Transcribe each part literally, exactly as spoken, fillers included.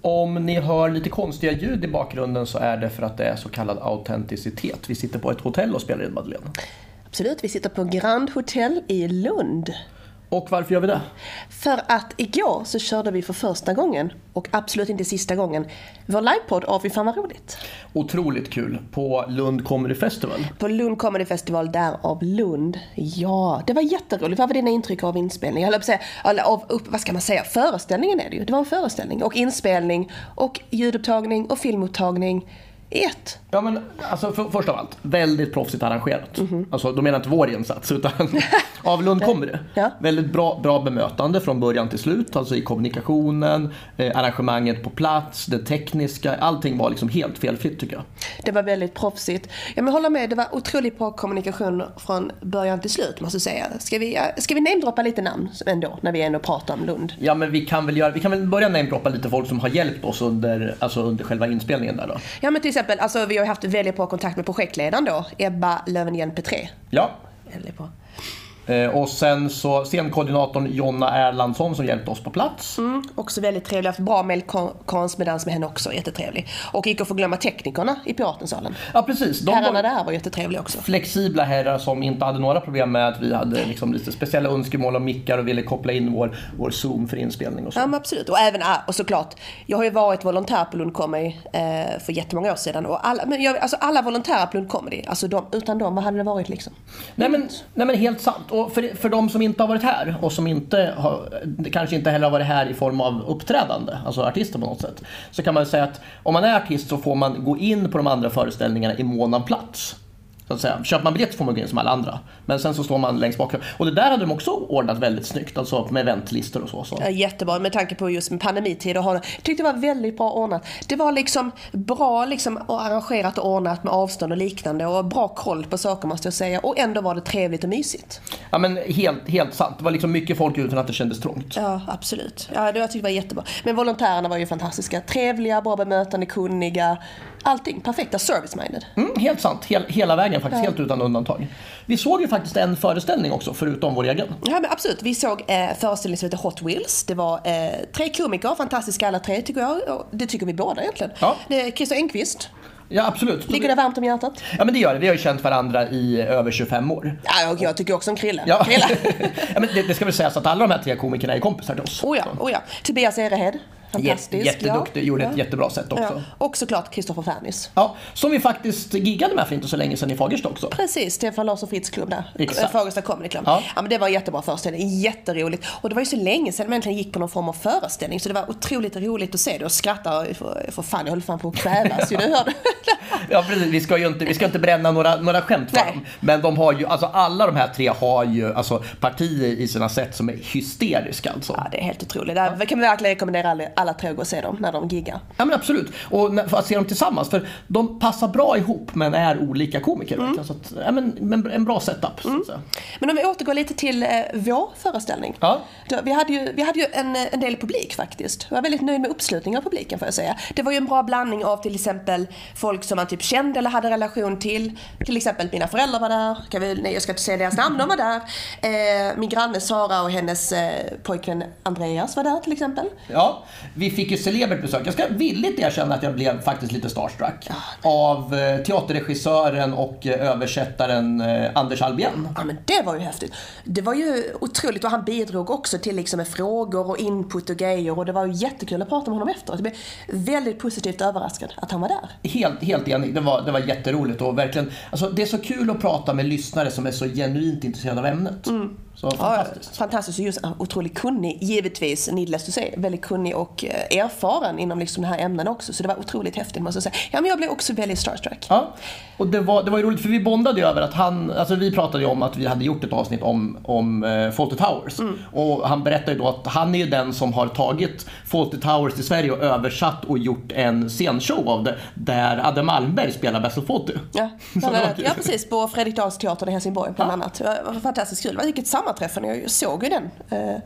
Om ni hör lite konstiga ljud i bakgrunden så är det för att det är så kallad autenticitet. Vi sitter på ett hotell och spelar in, Madeleine. Absolut, vi sitter på Grand Hotel i Lund. Och varför gör vi det? För att igår så körde vi för första gången, och absolut inte sista gången, vår livepodd av Fy fan vad roligt. Otroligt kul på Lund Comedy Festival. På Lund Comedy Festival, där av Lund. Ja, det var jätteroligt. Vad var dina intryck av inspelning? Jag höll på att säga, eller av, upp, vad ska man säga? Föreställningen är det ju. Det var en föreställning och inspelning och ljudupptagning och filmupptagning. Ett. Ja, men alltså för, först av allt, väldigt proffsigt arrangerat. Mm-hmm. Alltså, de menar inte vår insats, utan av Lund kommer det. Ja. Väldigt bra, bra bemötande från början till slut, alltså i kommunikationen, eh, arrangemanget på plats, det tekniska, allting var liksom helt felfritt tycker jag. Det var väldigt proffsigt. Jag men hålla med, det var otroligt bra kommunikation från början till slut, måste jag säga. Ska vi, ska vi namedroppa lite namn ändå, när vi ändå pratar om Lund? Ja, men vi kan väl, göra, vi kan väl börja namedroppa lite folk som har hjälpt oss under, alltså under själva inspelningen där då. Ja, men till exempel, alltså, vi har haft väldigt bra kontakt med projektledaren då, Ebba Lövenhjen-Petré. Ja. Väldigt bra. Eh, och sen så scenkoordinatorn Jonna Erlandsson som hjälpte oss på plats. Mm, också väldigt trevlig. Haft bra mailkorrespondens med henne också, jättetrevlig. Och gick att få glömma teknikerna i Piratensalen. Ja, precis. De herrarna var där var jättetrevliga också. Flexibla herrar som inte hade några problem med att vi hade liksom lite speciella önskemål om mickar och ville koppla in vår, vår Zoom för inspelning och så. Ja, men absolut. Och även, och såklart, jag har ju varit volontär på Lund Comedy eh, för jättemånga år sedan. Och alla, men jag, alltså alla volontärer på Lund Comedy, alltså de, utan dem, vad hade det varit liksom? Nej men, nej, men helt sant. Och för, för de som inte har varit här och som inte har, kanske inte heller har varit här i form av uppträdande, alltså artister på något sätt, så kan man säga att om man är artist så får man gå in på de andra föreställningarna i mån av plats. Så att säga. Köper man biljett får man gå in som alla andra. Men sen så står man längst bak. Och det där hade de också ordnat väldigt snyggt. Alltså med eventlistor och så. så. Ja, jättebra, med tanke på just med pandemitid. Och jag tyckte det var väldigt bra ordnat. Det var liksom bra liksom, och arrangerat och ordnat med avstånd och liknande. Och bra koll på saker, måste jag säga. Och ändå var det trevligt och mysigt. Ja, men helt, helt sant. Det var liksom mycket folk utan att det kändes trångt. Ja, absolut. Ja, det jag tyckte det var jättebra. Men volontärerna var ju fantastiska. Trevliga, bra bemötande, kunniga. Allting perfekta, service-minded. Mm, helt sant, Hel, hela vägen faktiskt, ja. Helt utan undantag. Vi såg ju faktiskt en föreställning också, förutom vår egen. Ja, men absolut, vi såg eh, föreställning som heter Hot Wheels. Det var eh, tre komiker, fantastiska alla tre tycker jag. Och det tycker vi båda egentligen. Ja. Det är Christer Engqvist. Ja, absolut. Ligger det varmt om hjärtat? Ja, men det gör det. Vi har ju känt varandra i över tjugofem år. Ja, och jag tycker också om Krille. Ja. Ja, men det, det ska väl sägas att alla de här tre komikerna är kompisar till oss. Oh ja, oh ja. Tobias Erehed. Fantastisk. Jätteduktig, gjorde ja. ett jättebra sätt också. Ja. Och såklart Kristoffer Fernis. Ja, som vi faktiskt giggade med för inte så länge sedan i Fagersta också. Precis, Stefan Larsson Fritz klubb där. Exakt. Fagersta Comedy Club. Ja. Ja, men det var en jättebra föreställning, jätteroligt. Och det var ju så länge sedan man egentligen gick på någon form av föreställning, så det var otroligt roligt att se det och skratta för, för fan, jag höll fan på att kvävas ju, du hörde. Ja, precis. Vi ska ju inte, vi ska inte bränna några, några skämt för dem. Men de har ju, alltså alla de här tre har ju alltså partier i sina sätt som är hysteriska alltså. Ja, det är helt otroligt. Där ja. kan vi verkligen rekommendera alla, alla tre att gå och se dem när de giggar. Ja, men absolut. Och när, för att se dem tillsammans, för de passar bra ihop men är olika komiker. Mm. Så att, ja, men, men en bra setup. Mm. Så att säga. Men om vi återgår lite till eh, vår föreställning. Ja. Då, vi hade ju, vi hade ju en, en del publik faktiskt. Jag var väldigt nöjd med uppslutningen av publiken, får jag säga. Det var ju en bra blandning av till exempel folk som man typ kände eller hade relation till. Till exempel mina föräldrar var där. Kan vi, nej, jag ska inte säga deras namn, de var där. Eh, min granne Sara och hennes eh, pojkvän Andreas var där till exempel. Ja, vi fick ju celebert besök. Jag ska villigt erkänna att jag blev faktiskt lite starstruck. Ja. Av eh, teaterregissören och eh, översättaren eh, Anders Albien. Ja, men det var ju häftigt. Det var ju otroligt, och han bidrog också till liksom med frågor och input och grejer, och det var ju jättekul att prata med honom efteråt. Jag blev väldigt positivt överraskad att han var där. Helt, helt enig. Det var, det var jätteroligt och verkligen, alltså det är så kul att prata med lyssnare som är så genuint intresserade av ämnet. Mm. Så fantastiskt. Ja, fantastiskt, och just otroligt kunnig, givetvis, needless to say, väldigt kunnig och erfaren inom liksom det här ämnen också, så det var otroligt häftigt, måste jag säga. Ja, men jag blev också väldigt starstruck. Ja, och det var, det var ju roligt för vi bondade ju över att han, alltså vi pratade ju om att vi hade gjort ett avsnitt om, om uh, Fawlty Towers, mm. och han berättade ju då att han är ju den som har tagit Fawlty Towers till Sverige och översatt och gjort en scenshow av det, där Adde Malmberg spelar Basil Fawlty. Ja, ja, precis, på Fredrik Dahls teater i Helsingborg bland ja. annat. Det var fantastiskt kul, det var vilket sammanträffande, jag såg ju den eh,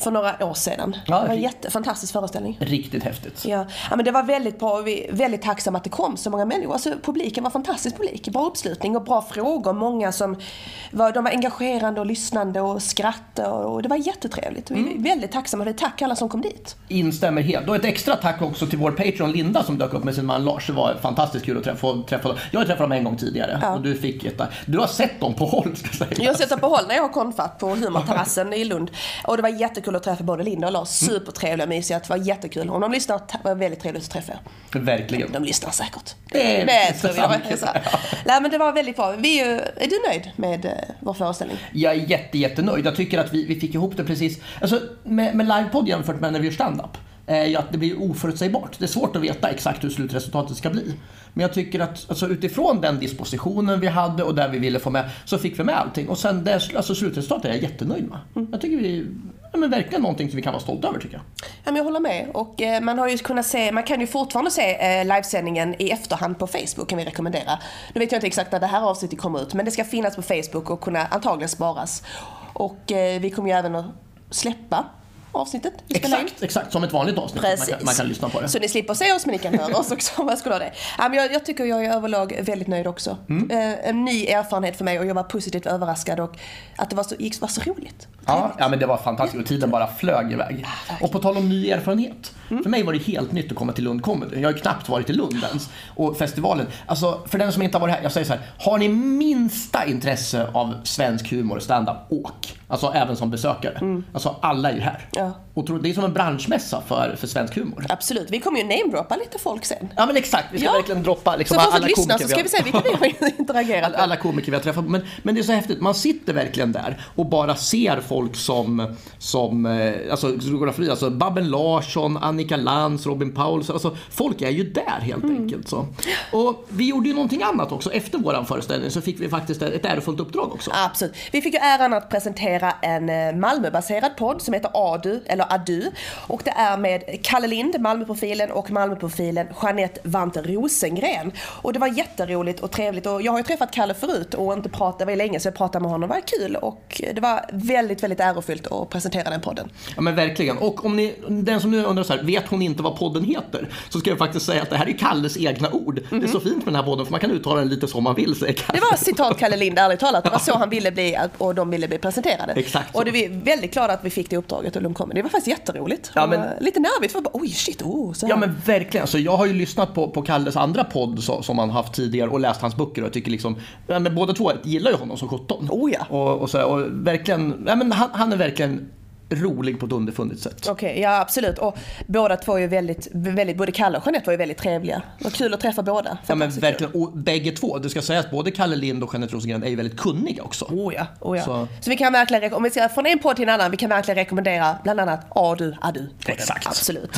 för några år sedan. Ja, det var en jättefantastisk föreställning. Riktigt häftigt. Ja. Ja, men det var väldigt bra och vi är väldigt tacksamma att det kom så många människor. Alltså, publiken var fantastisk publik. Bra uppslutning och bra frågor. Många som var, de var engagerande och lyssnande och skrattade och det var jättetrevligt. Vi är mm. väldigt tacksamma. Vi tackar alla som kom dit. Instämmer helt. Och ett extra tack också till vår Patreon Linda som dök upp med sin man Lars. Det var fantastiskt kul att träffa, träffa dem. Jag har träffat dem en gång tidigare ja. och du fick ett, du har sett dem på håll ska jag säga. Jag har sett dem på håll när jag har konfat på humorterrassen i Lund. Och det var jättekul att träffa både Linda och Lars. Supertrevliga och mysiga. Det var jättekul. Om de lyssnar var det väldigt trevligt att träffa. Verkligen. De lyssnar säkert. Det, det tror jag. Ja. Nej, men det var väldigt bra. Vi är, är du nöjd med uh, vår föreställning? Jag är jätte, jättenöjd. Jag tycker att vi, vi fick ihop det precis. Alltså, med, med livepodd jämfört med när vi gör stand-up. Är ju att det blir oförutsägbart. Det är svårt att veta exakt hur slutresultatet ska bli. Men jag tycker att alltså, utifrån den dispositionen vi hade och där vi ville få med så fick vi med allting. Och sen det, alltså, slutresultatet är jag jättenöjd med. Mm. Jag tycker vi ja, men verkligen någonting som vi kan vara stolta över tycker jag. Ja, men jag håller med. Och eh, man har ju kunnat se, man kan ju fortfarande se eh, livesändningen i efterhand på Facebook kan vi rekommendera. Nu vet jag inte exakt när det här avsnittet kommer ut men det ska finnas på Facebook och kunna antagligen sparas. Och eh, vi kommer ju även att släppa avsnittet. Exakt, exakt, som ett vanligt avsnitt. Man kan, man kan lyssna på det. Så ni slipper se oss men ni kan höra oss också. Vad skulle det? Ja, men jag, jag tycker jag är överlag väldigt nöjd också. Mm. Eh, en ny erfarenhet för mig och jag var positivt överraskad och att det var så, gick, var så roligt. Ja, ja, men det var fantastiskt och tiden bara flög iväg. Ja, och på tal om ny erfarenhet. Mm. För mig var det helt nytt att komma till Lund Comedy. Jag har ju knappt varit i Lund ens. Och festivalen, alltså för den som inte har varit här, jag säger så här, har ni minsta intresse av svensk humor och stand-up, åk. Alltså även som besökare. Mm. Alltså alla är ju här. Ja. Och det är som en branschmässa för, för svensk humor. Absolut, vi kommer ju namedroppa lite folk sen. Ja men exakt, vi ska ja. verkligen droppa liksom, så alla lyssna, komiker så ska vi se vilka vi har interagerat med. Alla komiker vi har träffat. Men, men det är så häftigt, man sitter verkligen där och bara ser folk som, som alltså, alltså Babben Larsson, Annika Lantz, Robin Paulsson. Alltså, folk är ju där helt mm. enkelt. Så. Och vi gjorde ju någonting annat också. Efter våran föreställning så fick vi faktiskt ett ärofullt uppdrag också. Absolut. Vi fick ju äran att presentera en Malmöbaserad podd som heter Adu, eller Adu. Och det är med Kalle Lind, Malmöprofilen, och Malmöprofilen Jeanette Vante Rosengren. Och det var jätteroligt och trevligt. Och jag har ju träffat Kalle förut och inte pratat, det var länge så jag pratade med honom. Det var kul och det var väldigt, väldigt ärofyllt att presentera den podden. Ja men verkligen. Och om ni, den som nu undrar så här, vet hon inte vad podden heter? Så ska jag faktiskt säga att det här är Kalles egna ord. Mm-hmm. Det är så fint med den här podden för man kan uttala den lite som man vill, säger Kalle. Det var citat Kalle Lind, ärligt talat. Det var så han ville bli och de ville bli presenterade. Exakt så. Och det är väldigt glada att vi fick det uppdraget och de kom. Det var faktiskt jätteroligt. Ja, men, lite nervigt för bara, oj shit, oh, så här. Ja men verkligen, alltså, jag har ju lyssnat på, på Kalles andra podd så, som han haft tidigare och läst hans böcker och jag tycker liksom, ja, men båda två gillar ju honom som sjutton. Oh ja. Och, och, så, och verkligen, ja, men han, han är verkligen rolig på ett underfundigt sätt. Okej, okay, ja absolut. Och båda två är ju väldigt, väldigt, både Kalle och Jeanette var ju väldigt trevliga. Det var kul att träffa båda. Ja men verkligen, och bägge två, det ska säga att både Kalle Lind och Jeanette Rosengren är ju väldigt kunniga också. Oh ja, oh ja. Så. Så vi kan verkligen, om vi ska från en podd till en annan, vi kan verkligen rekommendera bland annat Adu, Adu. Exakt. Absolut.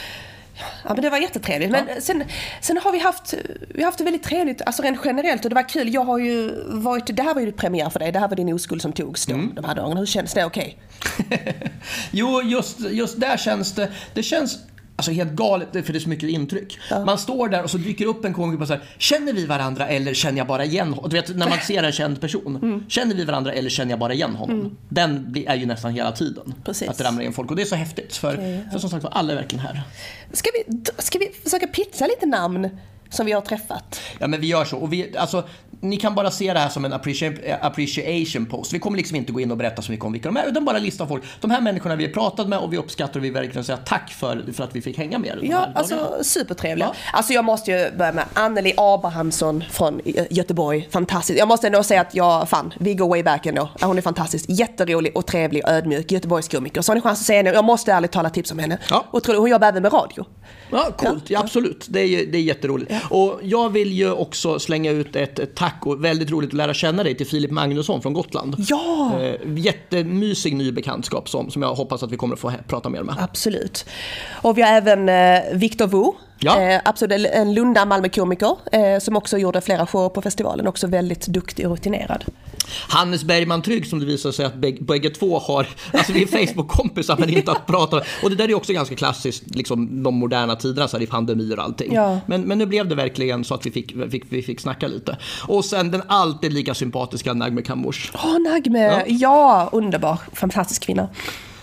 Ja, men det var jättetrevligt. Men ja. sen, sen har vi haft, vi har haft det väldigt trevligt, alltså rent generellt, och det var kul. Jag har ju varit, det här var ju premiär för dig, det här var din oskuld som togs då, mm. de här dagarna. Hur känns det? Okej? Okay. Jo, just, just där känns det, det känns alltså helt galet, för det är så mycket intryck. Ja. Man står där och så dyker upp en komiker och säger, känner vi varandra eller känner jag bara igen honom? Du vet, när man ser en känd person, mm. känner vi varandra eller känner jag bara igen honom? Mm. Den är ju nästan hela tiden. Precis. Att det ramlar in folk. Och det är så häftigt, för, okay, ja. för som sagt, alla är verkligen här. Ska vi, ska vi försöka pitcha lite namn som vi har träffat? Ja, men vi gör så. Och vi, alltså, ni kan bara se det här som en appreciation post. Vi kommer liksom inte gå in och berätta så mycket om vilka de är, utan bara lista folk. De här människorna vi har pratat med och vi uppskattar och vi verkligen säga tack för, för att vi fick hänga med. Ja, alltså supertrevliga. Ja. Alltså jag måste ju börja med Anneli Abrahamsson från Göteborg. Fantastiskt. Jag måste ändå säga att jag, fan, vi går way back ändå. Hon är fantastisk. Jätterolig och trevlig och ödmjuk. Göteborgskomiker. Så har ni chans att säga henne. Jag måste ärligt tala tips om henne. Ja. Och tror, hon jobbar även med radio. Ja, coolt. Ja, ja absolut. Det är, det är jätteroligt. Ja. Och jag vill ju också slänga ut ett, ett tack och väldigt roligt att lära känna dig till Filip Magnusson från Gotland. Ja! Eh, jättemysig ny bekantskap som, som jag hoppas att vi kommer att få prata mer med. Absolut. Och vi har även eh, Victor Wu. Ja. Eh, absolut, en Lunda Malmö-komiker eh, som också gjorde flera shower på festivalen. Också väldigt duktig och rutinerad. Hannes Bergman Trygg, som det visar sig att bägge två har, alltså vi är Facebook-kompisar men inte att prata. Och det där är också ganska klassiskt, liksom de moderna tiderna så här, i pandemier och allting. Ja. Men, men nu blev det verkligen så att vi fick, fick, vi fick snacka lite. Och sen den alltid lika sympatiska Nagme Kamush. Åh, oh, Nagme, ja. ja, underbar, fantastisk kvinna.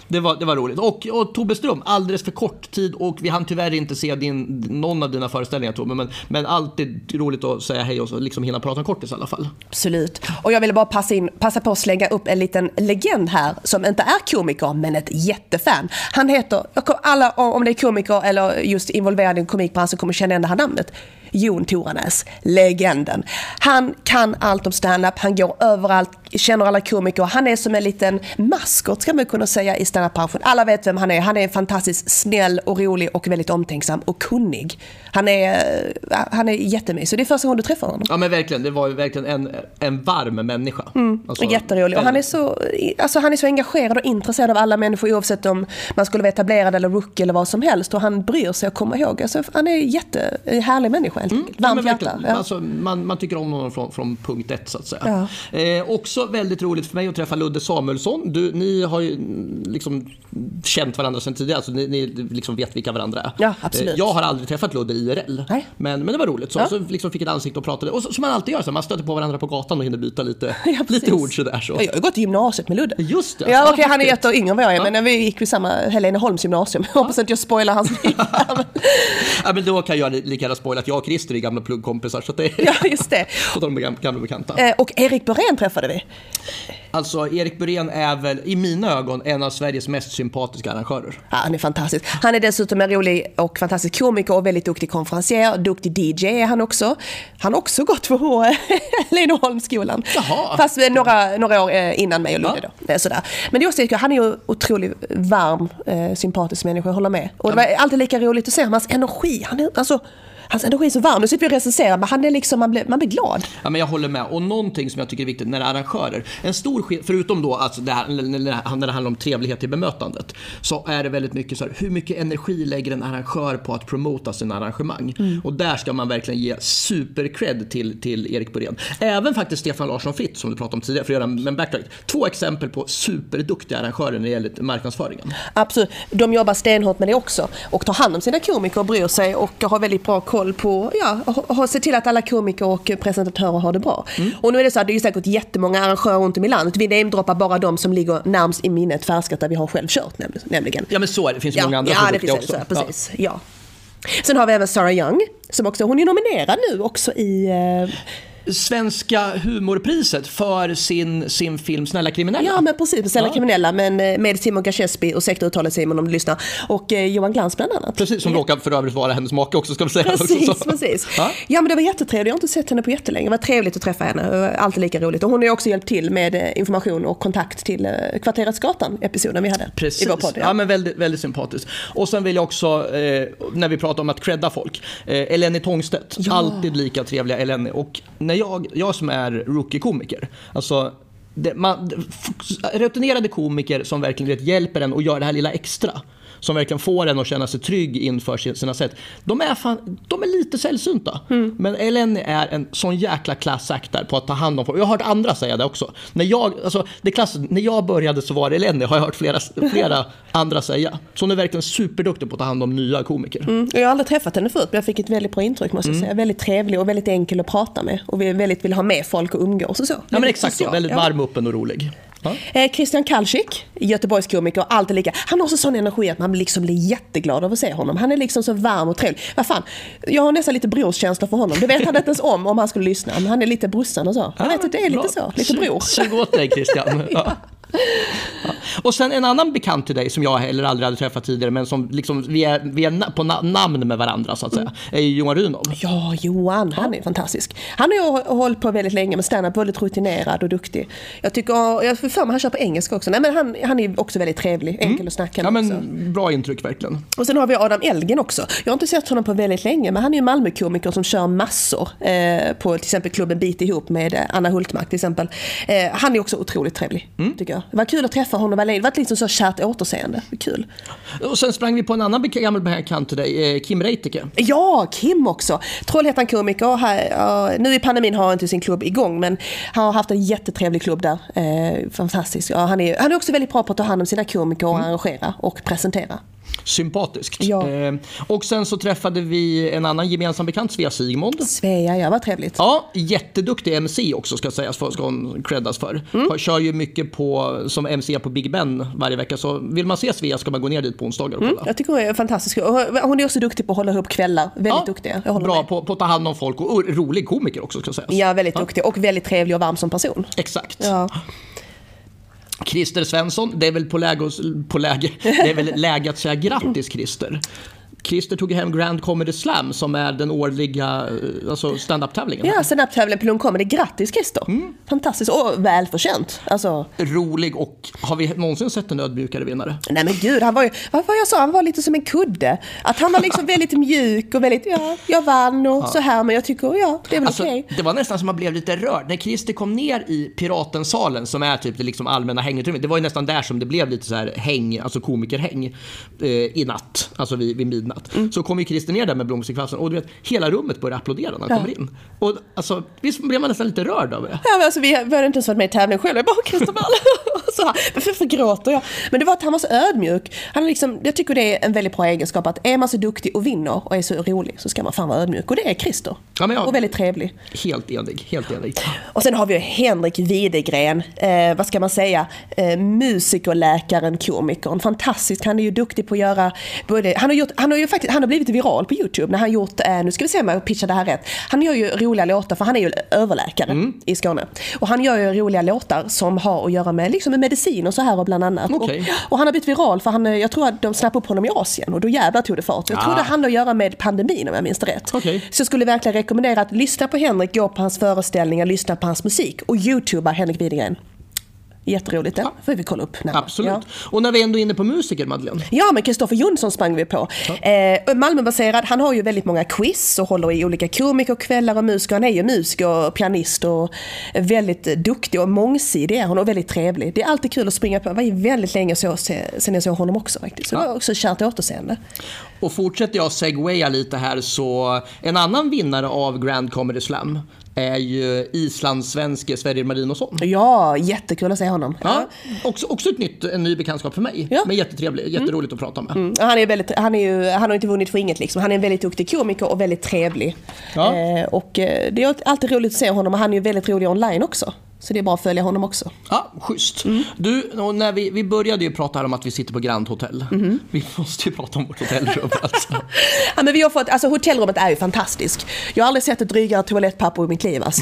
Det var, det var roligt. Och, och Tobbe Ström, alldeles för kort tid och vi hann tyvärr inte se din, någon av dina föreställningar, Tobbe, men, men alltid roligt att säga hej och så, liksom hinna prata om kortis i alla fall. Absolut. Och jag ville bara passa, in, passa på att slänga upp en liten legend här som inte är komiker men ett jättefan. Han heter, alla om det är komiker eller just involverad i en komikbransch kommer känna igen det här namnet. Jon Toranäs, legenden. Han kan allt om stand-up, han går överallt, känner alla komiker. Han är som en liten maskot ska man kunna säga i stand-up-branschen. Alla vet vem han är. Han är fantastiskt snäll och rolig och väldigt omtänksam och kunnig. Han är, han är jättemysig. Så det är första gången du träffar honom. Ja men verkligen, det var ju verkligen en, en varm människa. Mm, alltså, jätterolig. Och han är, så, alltså, han är så engagerad och intresserad av alla människor oavsett om man skulle vara etablerad eller rookie eller vad som helst. Och han bryr sig att komma ihåg. Alltså, han är en jättehärlig människa. Mm, ja, ja. Alltså, man, man tycker om honom från, från punkt ett så att säga. Ja. Eh, också väldigt roligt för mig att träffa Ludde Samuelsson. Du, ni har ju liksom känt varandra sedan tidigare, alltså ni, ni liksom vet vilka varandra är. Ja, absolut. Eh, jag har aldrig träffat Ludde I R L, men, men det var roligt. Så, ja. så liksom fick ett ansikte och pratade. Och så, som man alltid gör, så man stöter på varandra på gatan och hinner byta lite, ja, lite ord sådär. Så. Jag har gått i gymnasiet med Ludde. Just det. Ja, okej, okay, han är jätte yngre än vad jag är, ja. men vi gick vid samma Heleneholms gymnasium. Jag hoppas att jag spoilar hans liv. Ja, men då kan jag lika gärna spoila att jag och Christer är gamla pluggkompisar. Så att det är ja, just det. Och de är gamla bekanta. Eh, och Erik Borén träffade vi. Alltså, Erik Borén är väl i mina ögon en av Sveriges mest sympatiska arrangörer. Ja, han är fantastisk. Han är dessutom en rolig och fantastisk komiker och väldigt duktig konferencier. Duktig D J är han också. Han har också gått på Heleneholmsskolan. Jaha. Fast några, några år innan mig och Ludde ja. då. Sådär. Men det är också, han är ju otroligt varm, eh, sympatisk människa, jag håller med. Och det var alltid lika roligt att se hans energi. Han är, alltså... Hans energi är så varm. Nu sitter vi och recenserar, men han är liksom, man blir, man blir glad. Ja, men jag håller med. Och någonting som jag tycker är viktigt när det är arrangörer, en stor skillnad, förutom då alltså det här, när det handlar om trevlighet i bemötandet, så är det väldigt mycket så här, hur mycket energi lägger en arrangör på att promota sin arrangemang. Mm. Och där ska man verkligen ge supercred till, till Erik Borén. Även faktiskt Stefan Larsson Fritt, som du pratade om tidigare, för att göra en backtrack. Två exempel på superduktiga arrangörer när det gäller marknadsföringen. Absolut. De jobbar stenhårt med det också. Och tar hand om sina komiker och bryr sig och har väldigt bra koll på, ja, och se till att alla komiker och presentatörer har det bra. Mm. Och nu är det så att det är säkert jättemånga arrangörer runt om i landet. Vi namedroppar bara de som ligger närmast i minnet färskat där vi har själv kört nämligen. Ja, men så är det. Det finns ju ja, många andra ja, produkter det finns också. Så, precis. Ja. Ja. Sen har vi även Sarah Young som också, hon är nominerad nu också i... Uh, Svenska humorpriset för sin, sin film Snälla kriminella. Ja, men precis, Snälla ja. kriminella, men med Simon Gachesby och säkert uttalet Simon om du lyssnar, och eh, Johan Glans bland annat. Precis, som ja. råkar för övrigt vara hennes make också, ska vi säga. Precis, också, precis. Ja? ja, men det var jättetrevligt. Jag har inte sett henne på jättelänge. Det var trevligt att träffa henne. Alltid lika roligt. Och hon har ju också hjälpt till med information och kontakt till Kvarteret Skatan-episoden vi hade precis. i vår podd. Ja, ja men väldigt, väldigt sympatiskt. Och sen vill jag också, eh, när vi pratar om att credda folk, eh, Eleni Tångstedt. Ja. Alltid lika trevliga Eleni. Och när jag, jag som är rookie-komiker, alltså det, man, rutinerade komiker som verkligen hjälper en och gör det här lilla extra, som verkligen får en att känna sig trygg inför sina sätt. De är, fan, de är lite sällsynta. Mm. Men Eleni är en sån jäkla klassact där på att ta hand om folk. Jag har hört andra säga det också. När jag, alltså, det klass, när jag började så var det Eleni, har jag hört flera, flera andra säga. Så hon är verkligen superduktig på att ta hand om nya komiker. Mm. Jag har aldrig träffat henne förut, men jag fick ett väldigt bra intryck, måste jag säga. Mm. Väldigt trevlig och väldigt enkel att prata med. Och vi väldigt vill ha med folk och umgås och så. Ja, men exakt så. Väldigt varm, öppen och rolig. Eh, Christian Kalsik, Göteborgskomiker, alltid lika. Han har också sån energi att man liksom blir jätteglad av att se honom. Han är liksom så varm och trevlig. Vad fan, jag har nästan lite brorskänsla för honom. Det vet han inte ens om om han skulle lyssna. Men han är lite brorsan och så. Jag vet att det är lite så, lite bror. Sug åt dig, Christian. Ja. Ja. Och sen en annan bekant till dig som jag heller aldrig hade träffat tidigare, men som liksom vi är, vi är na- på na- namn med varandra så att säga, mm. är Johan Runov. Ja, Johan, han är fantastisk. Han har ju hållit på väldigt länge med stand-up, väldigt rutinerad och duktig. Jag tycker, jag får för mig han kör på engelska också. Nej, men han, han är också väldigt trevlig, enkel mm. att snacka med. Ja, men bra intryck verkligen. Och sen har vi Adam Elgen också. Jag har inte sett honom på väldigt länge, men han är ju Malmökomiker som kör massor eh, på till exempel klubben Bit ihop med Anna Hultmark till exempel. Eh, han är också otroligt trevlig, mm. tycker jag. Det var kul att träffa honom. Det var liksom så kärt återseende. Kul. Och sen sprang vi på en annan gammal bekant till dig, Kim Reiteke. Ja, Kim också. Trollhättan-komiker. Här, nu i pandemin har han inte sin klubb igång, men han har haft en jättetrevlig klubb där. Eh, fantastisk. Ja, han, är, han är också väldigt bra på att ta hand om sina komiker och mm. arrangera och presentera. Sympatiskt. Ja. Eh, och sen så träffade vi en annan gemensam bekant, Svea Sigmund. Svea, ja, vad trevligt. Ja, jätteduktig M C också ska sägas för, ska hon creddas för. Mm. Hon kör ju mycket på, som M C på Big Ben varje vecka, så vill man se Svea ska man gå ner dit på onsdagar och kolla. Mm, jag tycker hon är fantastisk. Hon är också duktig på att hålla ihop kvällar. Väldigt ja, duktig. Jag håller bra med. på, på att ta hand om folk och, och rolig komiker också ska sägas. Ja, väldigt ja. duktig och väldigt trevlig och varm som person. Exakt. Ja. Christer Svensson, det är väl på läge, på läge, det är väl läge att säga grattis Christer. Christer tog hem Grand Comedy Slam som är den årliga alltså stand-up-tävlingen. Ja, stand-up-tävlingen på Lund Comedy. Grattis Christer. Mm. Fantastiskt och välförtjänt. Alltså... Rolig, och har vi någonsin sett en ödmjukare vinnare? Nej men gud, han var ju, vad var jag sa, han var lite som en kudde. Att han var liksom väldigt mjuk och väldigt, ja, jag vann och ja. så här, men jag tycker, ja, det är väl alltså, okej. Okay. Det var nästan som man blev lite rörd. När Christer kom ner i Piratensalen, som är typ det liksom allmänna hängutrymmet, det var ju nästan där som det blev lite så här häng, alltså komikerhäng eh, i natt, alltså vid, vid midnatt. Mm. Så kom ju Christer ner där med blomsterkvasten och du vet, hela rummet började applådera när han ja. kommer in. Och alltså, visst blev man nästan lite rörd av det. Ja, men alltså, vi hade inte ens varit med i tävlingen själv. Jag bara, Christer Wall. Så här, varför förgråter jag? Men det var att han var så ödmjuk. Han är liksom, jag tycker det är en väldigt bra egenskap att är man så duktig och vinner och är så rolig så ska man fan vara ödmjuk. Och det är Christer. Ja, men jag, och väldigt trevlig. Helt enig, helt enig. Och sen har vi ju Henrik Widegren. Eh, vad ska man säga? Eh, musikerläkaren, komikern. Fantastiskt. Han är ju duktig på att göra både, han har gjort, han har ju faktiskt, han har blivit viral på YouTube när han gjort, eh, nu ska vi se om jag pitchar det här rätt. Han gör ju roliga låtar, för han är ju överläkare mm. i Skåne. Och han gör ju roliga låtar som har att göra med, liksom med medicin och så här och bland annat. Okay. Och, och han har blivit viral för han, jag tror att de snappade upp honom i Asien och då jävlar tog det fart. Jag ah. tror det handlar att göra med pandemin om jag minns det rätt. Okay. Så jag skulle verkligen rekommendera att lyssna på Henrik, gå på hans föreställningar, lyssna på hans musik och YouTuba Henrik Widegren. Jätteroligt, det ja. får vi kolla upp. Närmare. Absolut. Ja. Och när vi ändå är inne på musiker, Madeleine. Ja, men Kristoffer Jonsson sprang vi på. Ja. Eh, Malmöbaserad, han har ju väldigt många quiz och håller i olika komikerkvällar och musiker. Han är ju musiker och pianist och väldigt duktig och mångsidig. Han är väldigt trevlig. Det är alltid kul att springa på. Det var väldigt länge så, sen jag såg honom också faktiskt. Så ja. det var också kärt återseende. Och fortsätter jag segwaya lite här, så en annan vinnare av Grand Comedy Slam är ju islandssvenske Sverrir Marinoson. Ja, jättekul att se honom. Ja, också, också ett nytt, en ny bekantskap för mig. Ja. Men jättetrevlig, jätteroligt mm. att prata med. Mm. Han, är väldigt, han, är ju, han har inte vunnit för inget liksom. Han är en väldigt duktig komiker och väldigt trevlig. Ja. Eh, och eh, det är alltid roligt att se honom. Och han är ju väldigt rolig online också. Så det är bra att följa honom också. Ja, schysst. Mm. Du, och när vi, vi började ju prata här om att vi sitter på Grand Hotel. Mm. Vi måste ju prata om vårt hotellrum. Alltså. Ja, men vi har fått, alltså, hotellrummet är ju fantastiskt. Jag har aldrig sett ett drygare toalettpapper i mitt liv. Alltså,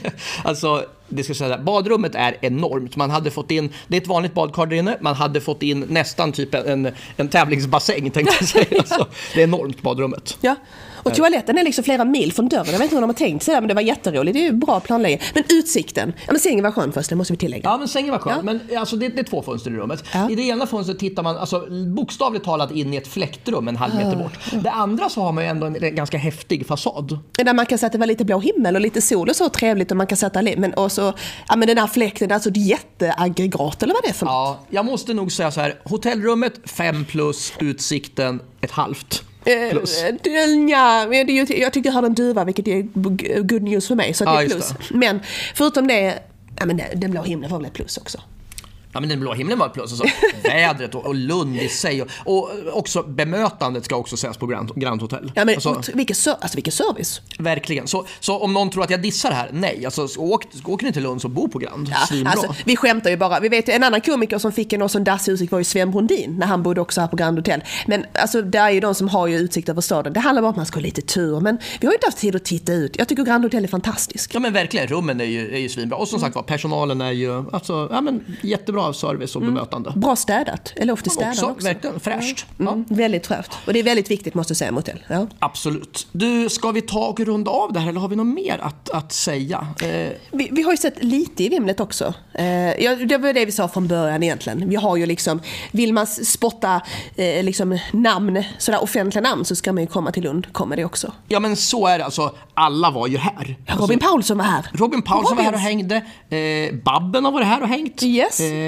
alltså det ska säga, badrummet är enormt. Man hade fått in, det är ett vanligt badkar där inne. Man hade fått in nästan typ en, en tävlingsbassäng, tänkte jag säga. Alltså, det är enormt, badrummet. Ja. Och toaletten är liksom flera mil från dörren. Jag vet inte hur de har tänkt sig det, men det var jätteroligt. Det är ju bra planläggning. Men utsikten. Ja, men sängen var skön först, det måste vi tillägga. Ja, men sängen var skön. Ja. Men alltså, det, det är två fönster i rummet. Ja. I det ena fönstret tittar man alltså, bokstavligt talat in i ett fläktrum en halv meter bort. Ja. Det andra så har man ju ändå en, en ganska häftig fasad. Där man kan säga att det var lite blå himmel och lite sol och så trevligt. Och man kan sätta men och så, ja, men den här fläkten, alltså det är jätteaggregat eller vad det är för något. Ja, jag måste nog säga så här. Hotellrummet fem plus, utsikten ett halvt. Plus. Uh, ja, jag tycker jag har en duva, vilket är good news för mig, så det är plus. Det. Men förutom det, ja, men den blå himlen var väl ett plus också. Ja, men den blå himlen var ett plus. Alltså, vädret och, och Lund i sig. Och, och också bemötandet ska också sägas på Grand, Grand Hotel. Ja, men alltså, vilken, alltså, vilken service. Verkligen. Så, så om någon tror att jag dissar här, nej. Alltså, åk, åker ni till Lund så bo på Grand. Ja, alltså, vi skämtar ju bara. Vi vet en annan komiker som fick en sån dassutsikt var ju Sven Brundin när han bodde också här på Grand Hotel. Men alltså, det är ju de som har ju utsikt över staden. Det handlar bara om att man ska ha lite tur. Men vi har ju inte haft tid att titta ut. Jag tycker Grand Hotel är fantastisk. Ja, men verkligen. Rummen är ju, är ju svinbra. Och som mm. sagt var, personalen är ju alltså, ja, men, jättebra service och bemötande. Mm. Bra städat. Eller ofta städat också. också. Verkligen fräscht. Mm. Mm. Väldigt fräscht. Och det är väldigt viktigt, måste jag säga, motell. Ja. Absolut. Du, ska vi ta och runda av det här eller har vi något mer att, att säga? Eh. Vi, vi har ju sett lite i vimlet också. Eh, ja, det var det vi sa från början egentligen. Vi har ju liksom, vill man spotta eh, liksom namn, sådär offentliga namn, så ska man ju komma till Lund. Kommer det också. Ja, men så är det. Alltså, alla var ju här. Ja, Robin alltså, Paulsson var här. Robin Paulsson var här och hängde. Eh, Babben har varit här och hängt. Yes. Eh,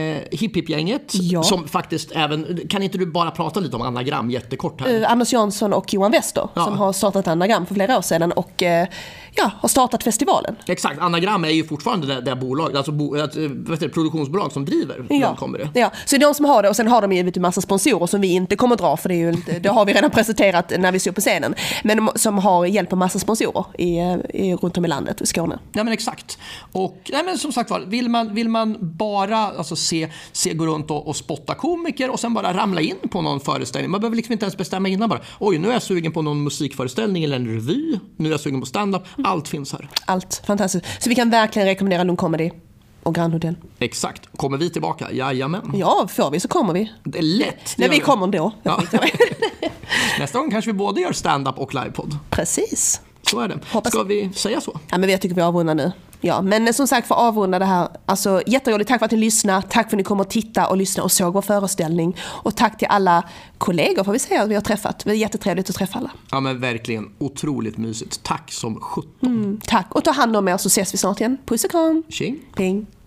Hipp Hipp-gänget Ja. som faktiskt även, kan inte du bara prata lite om anagram jättekort här? Uh, Anders Jansson och Johan Wester Ja. som har startat anagram för flera år sedan och uh, ja, har startat festivalen. Exakt, anagram är ju fortfarande det, det bolag, alltså bo, ett, vet du, produktionsbolag som driver. Ja. Kommer det. Ja, så det är de som har det och sen har de ju en massa sponsorer som vi inte kommer dra för det, är ju inte, det har vi redan presenterat när vi står på scenen. Men de, som har hjälp av massa sponsorer i, i, runt om i landet, i Skåne. Ja men exakt. Och nej, men som sagt var, vill man, vill man bara alltså, se, se, gå runt och, och spotta komiker och sen bara ramla in på någon föreställning. Man behöver liksom inte ens bestämma innan bara. Oj, nu är jag sugen på någon musikföreställning eller en revy. Nu är jag sugen på stand-up. Allt finns här. Allt, fantastiskt. Så vi kan verkligen rekommendera Lund Comedy och Grand Hotel. Exakt. Kommer vi tillbaka? Jajamän. Ja, får vi så kommer vi. Det är lätt. När vi kommer då. Ja. Nästa gång kanske vi både gör stand-up och livepodd. Precis. Så är det. Hoppas... Ska vi säga så? Ja, men jag tycker vi avrundar nu. Ja, men som sagt för att avrunda det här, alltså jätteroligt, tack för att ni lyssnar, tack för att ni kommer att titta och lyssna och såg vår föreställning och tack till alla kollegor får vi säga att vi har träffat. Det är jättetrevligt att träffa alla. Ja men verkligen, otroligt mysigt. Tack som sjutton. Mm, tack och ta hand om er så ses vi snart igen. Puss och kram. Tjing. Ping.